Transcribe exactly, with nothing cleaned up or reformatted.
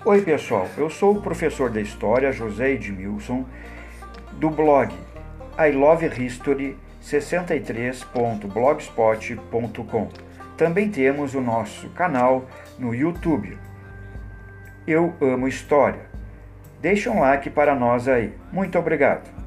Oi pessoal, eu sou o professor de História José Edmilson, do blog I Love History sessenta e três ponto blogspot ponto com. Também temos o nosso canal no YouTube. Eu amo história. Deixa um like para nós aí. Muito obrigado.